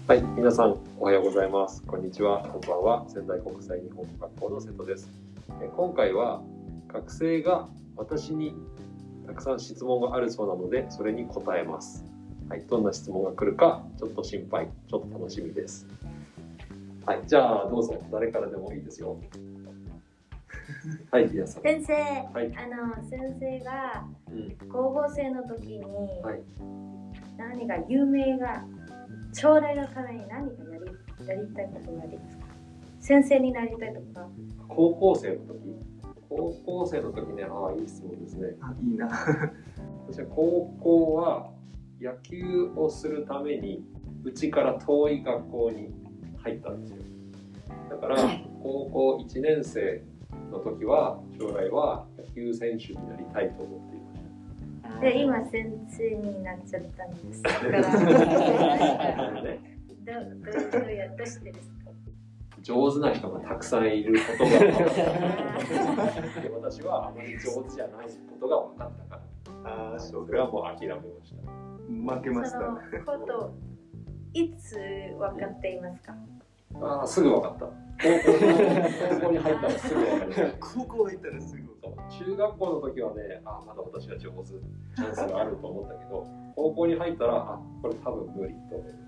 はい、皆さんおはようございます。こんにちは、こんばんは。仙台国際日本語学校の瀬戸です。今回は学生が私にたくさん質問があるそうなので、それに答えます。はい、どんな質問が来るかちょっと心配、ちょっと楽しみです。はい、じゃあどうぞ、誰からでもいいですよ。はい、皆さん。 先生、 はい、 先生が高校生の時にはい、 何か有名が将来のために何かやりたいことがありますか？先生になりたいとか。 高校生の時ね、いい質問ですね。 いいな。 私は高校は野球をするためにうちから遠い学校に入ったんですよ。だから高校1年生の時は将来は野球選手になりたいと思っていました。 で、今先生になっちゃったんですから。どうしてですか？ 上手な人がたくさんいることが分かったで、私はあまり上手じゃないことが分かったから、それはもう諦めました。 負けました。 そのこといつ分かっていますか？ すぐ分かった。高校に入ったらすぐ分かりました。 高校入ったらすぐ。 中学校の時はね、まだ私は上手、チャンスがあると思ったけど、高校に入ったら、これ多分無理と思いました。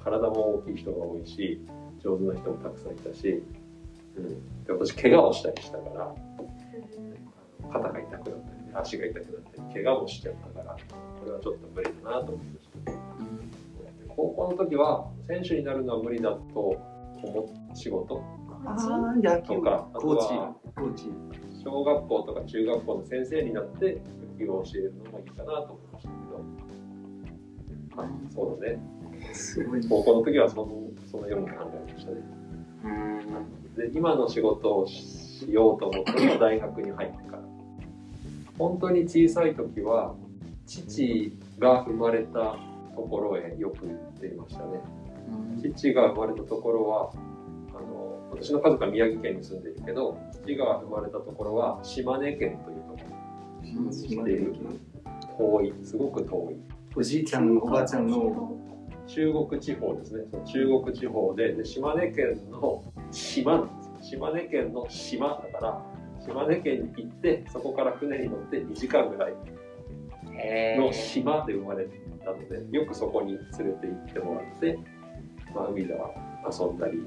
体も大きい人が多いし、上手な人もたくさんいたし、で私怪我をしたりしたから、肩が痛くなったり、足が痛くなったり、怪我をしちゃったから、これはちょっと無理だなと思いました。高校の時は選手になるのは無理だと思った仕事野球とか、あとはコーチ。 小学校とか中学校の先生になって野球を教えるのもいいかなと思いましたけど、そうだね。 すごい。 高校の時はそのように考えましたね。で、今の仕事をしようと思ったのは大学に入ってから。本当に小さい時は父が生まれたところへよく行っていましたね。父が生まれたところは私の家族は宮城県に住んでいるけど、父が生まれたところは島根県というところに住んでいる。遠い、すごく遠い。 おじいちゃん、おばあちゃんの中国地方ですね。その中国地方で島根県の島なんですよ。島根県の島だから、島根県に行ってそこから船に乗って2時間ぐらいの島で生まれたので、よくそこに連れて行ってもらって、海では遊んだり。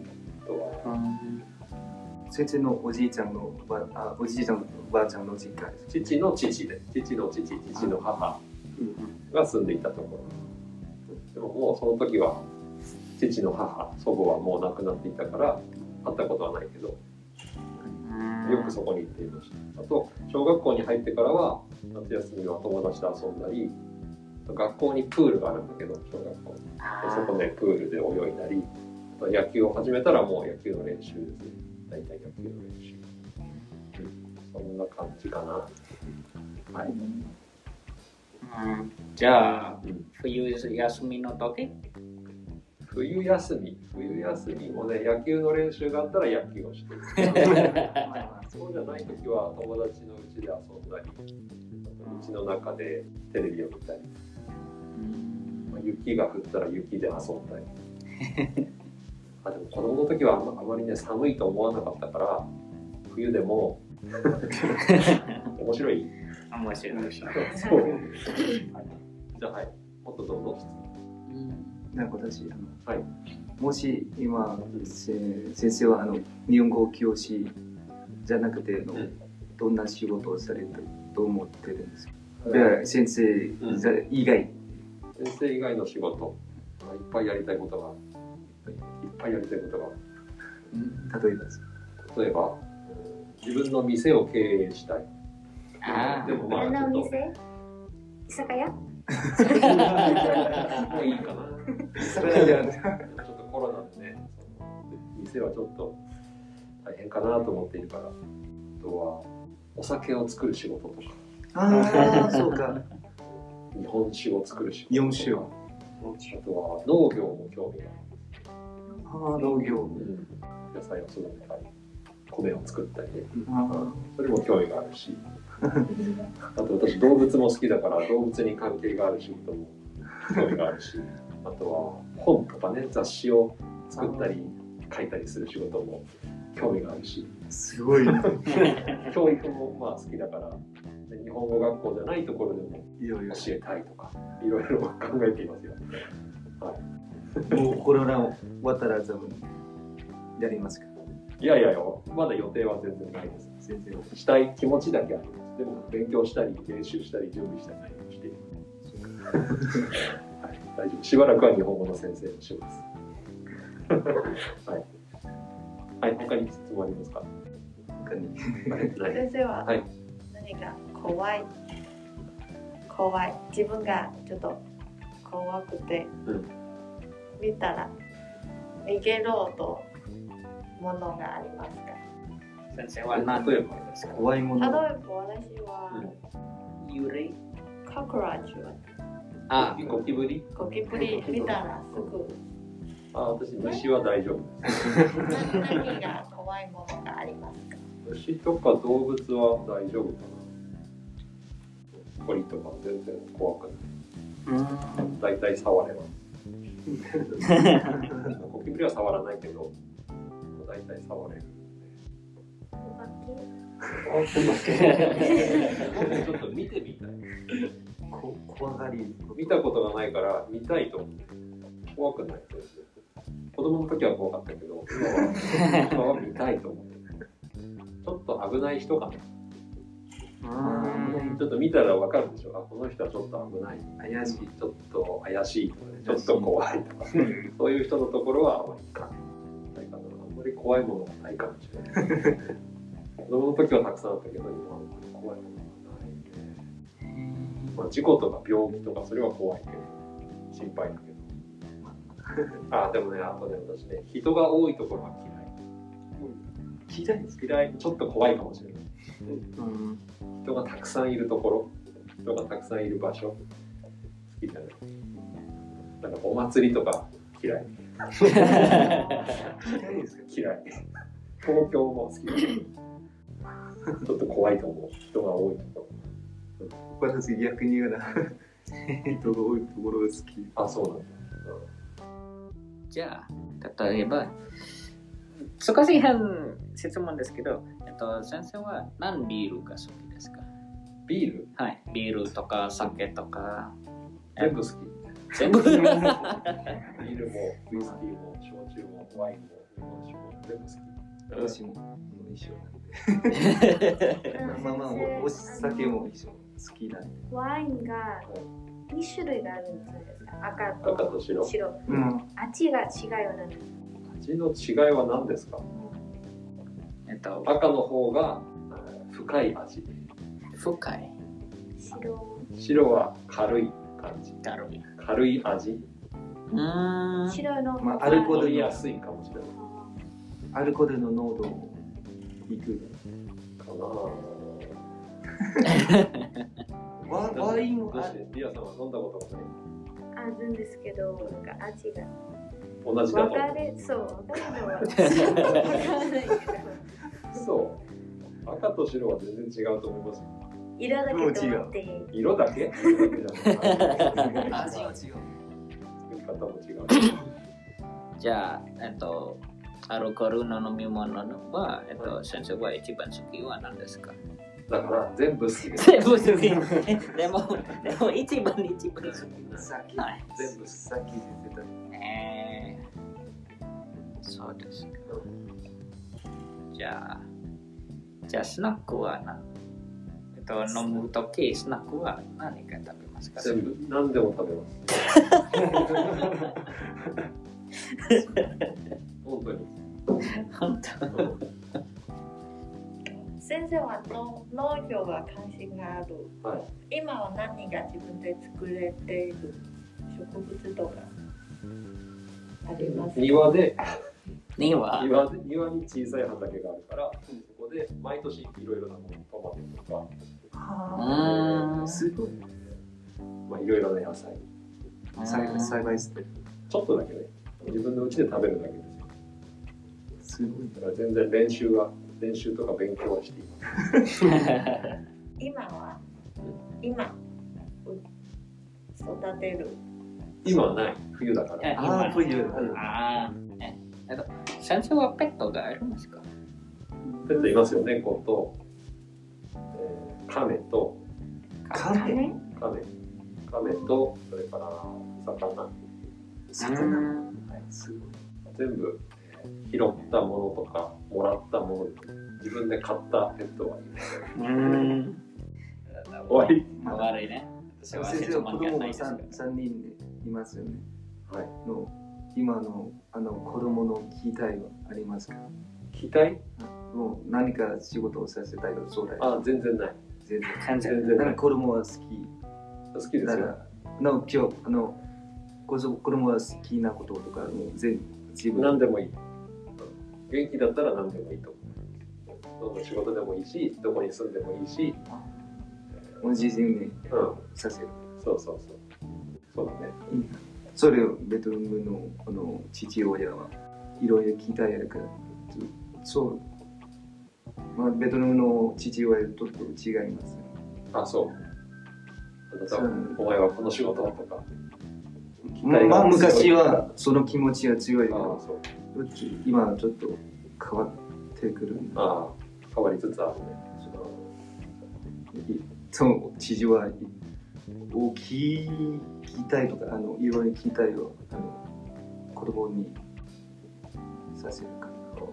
先生のおじいちゃんのおじいちゃんのおばあちゃんの実家です。 父の父の母が住んでいたところ。でももうその時は父の母、祖母はもう亡くなっていたから会ったことはないけど、よくそこに行っていました。あと小学校に入ってからは夏休みは友達と遊んだり、学校にプールがあるんだけど、小学校にそこでプールで泳いだり、野球を始めたらもう野球の練習ですね。大体野球の練習。そんな感じかな。はい。 じゃあ、冬休みの時？ 冬休みもね、野球の練習があったら野球をしてる。そうじゃない時は友達の家で遊んだり、家の中でテレビを見たり、雪が降ったら雪で遊んだり。でも子供の時はあまりね、寒いと思わなかったから、冬でも面白い。 面白い。 そう。じゃあ、はい、もっとどうぞ。 私はい。 もし今先生は日本語教師じゃなくてどんな仕事をされたと思ってるんですか？先生以外。 先生以外の仕事、いっぱいやりたいことがある。例えば自分の店を経営したい。でも自分の店？居酒屋？ もういいかな。ちょっとコロナでね、店はちょっと大変かなと思っているから。あとはお酒を作る仕事とか。 そうか。 日本酒を作る仕事。 日本酒。 あとは農業も興味がある。 農業。 野菜を育てたり、米を作ったりね。それも興味があるし。あと私動物も好きだから動物に関係がある仕事も興味があるし。 あとは本とかね、雑誌を作ったり書いたりする仕事も興味があるし、 すごい。 教育もまあ好きだから、日本語学校じゃないところでもいろいろ。 教えたいとか、いろいろ考えていますよ。 もうコロナ終わったら多分やりますか？ いやいやいや、まだ予定は全然ないです。 全然。 したい気持ちだけあります。でも勉強したり練習したり準備したり何もしています。はい、大丈夫。しばらくは日本語の先生をします。はい。はい、他に質問ありますか？ 他に。 はい先生ははい何か怖い自分がちょっと怖くて、見たら逃げろとものがありますか？ 先生は何ということですか？ 怖いも例えばの。 私は、 幽霊？ カクラッチはあ、 ゴキブリ？ ゴキブリ見たらすぐ私虫は大丈夫です。 何が怖いものがありますか？ 虫とか動物は大丈夫かな。鳥とか全然怖くない。大体触れます。ゴキブリは触らないけど、大体触れる。 お化ちょっと見てみたい。 怖がり。 見たことがないから見たいと思って。怖くないです。子供の時は怖かったけど、今は見たいと思って。ちょっと危ない人かな。ちょっと見たらわかるでしょ。この人はちょっと危ない。 怪しい。 ちょっと怪しいとかね、ちょっと怖いとか、そういう人のところはあまりないかな。あんまり怖いものがないかもしれない。子供の時はたくさんあったけど、今はあんまり怖いものがないね。まあ、事故とか病気とかそれは怖いけど、心配だけど。でもね、あとね、私ね、人が多いところは嫌い。 嫌いです。 嫌い、ちょっと怖いかもしれない。人がたくさんいるところ、人がたくさんいる場所、好きじゃない。なんかお祭りとか嫌い。 嫌いですか？ 嫌い。東京も好きだけど、ちょっと怖いと思う。人が多いところ。 私逆に言うな。人が多いところが好き。 そうなんだ。 じゃあ、例えば、少し変質問ですけど、先生は何ビールが好きですか？ ビール？ はい、ビールとか酒とか。 全部好き。 全部ビールもウイスキーも焼酎もワインも日本酒も全部好き。 私も一緒なんで。まあお酒も一緒好きなんで。 ワインが2種類があるんですか？赤と白。 味が違いは何ですか？ 味の違いは何ですか？赤の方が深い味。 深い。 白は軽い感じ。軽い味。 白のアルコール飲みやすいかもしれない。 アルコールの濃度も低いかな。 ワインはリアさんは飲んだことがない。 あるんですけど、なんか味が同じだと思う。 分かれるのは分からないけど。 そう。赤と白は全然違うと思います。 色だけと思っていい。 色だけ？ 味は違う。 作り方も違う。 じゃあ、アルコールの飲み物は、先生は一番好きは何ですか？ だから全部好きです。 全部好き。でも一番好き。 先。全部先で出た。 そうですか。じゃあスナックは飲むときスナックは何か食べますか？ 全部何でも食べます。本当に。 本当。 先生は農業が関心がある。 はい。 今は何が自分で作れている植物とかありますか？ 庭に小さい畑があるから、そこで毎年いろいろなもの、トマトとか、 すごい。 まあいろいろな野菜。 栽培してる。 ちょっとだけね、自分の家で食べるだけですよ。 すごい。 だから全然練習とか勉強はしています。 今育てる今はない。冬だから。 ああ、冬。 ああ、先生はペットがあるんですか？ ペットいますよ。猫と、亀と、 亀と、それから魚。 すごい。 全部拾ったものとかもらったもの、自分で買ったペットはいます。終わり。 悪いね。 先生は子供が3人いますよね。 はい。 今の子供の期待はありますか？ 期待？ もう何か仕事をさせたいと将来。 あ、全然ない。 全然ない。子供は好きですよ。 今日子供は好きなこととかも全部自分。 何でもいい。元気だったら何でもいいと。どの仕事でもいいし、どこに住んでもいいし。 もう自身にさせる。 そうだね。 それをベトナムの父親はいろいろ期待あるから、そう、ベトナムの父親と違います。 あ、そう。お前はこの仕事とか。 昔はその気持ちが強いけど、今はちょっと変わってくる。 変わりつつあるね。 そう、父は大きい期待とかいろいろ期待を子供にさせるか。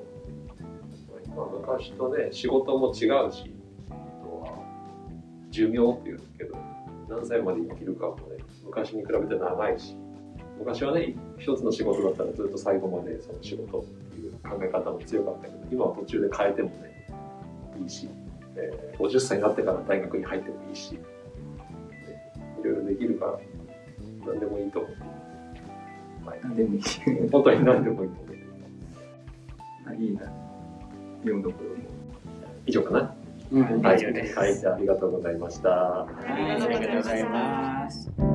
昔とね、仕事も違うし、あとは寿命っていうんですけど、何歳まで生きるかもね、昔に比べて長いし、昔はね、一つの仕事だったらずっと最後までその仕事っていう考え方も強かったけど、今は途中で変えてもね、いいし、50歳になってから大学に入ってもいいし、いろいろできるから何でもいいと思う。 何でもいい。 本当に何でもいいと思う。 いいな。読んどころも。 以上かな。 大丈夫です。 はい、じゃあありがとうございました。 ありがとうございます。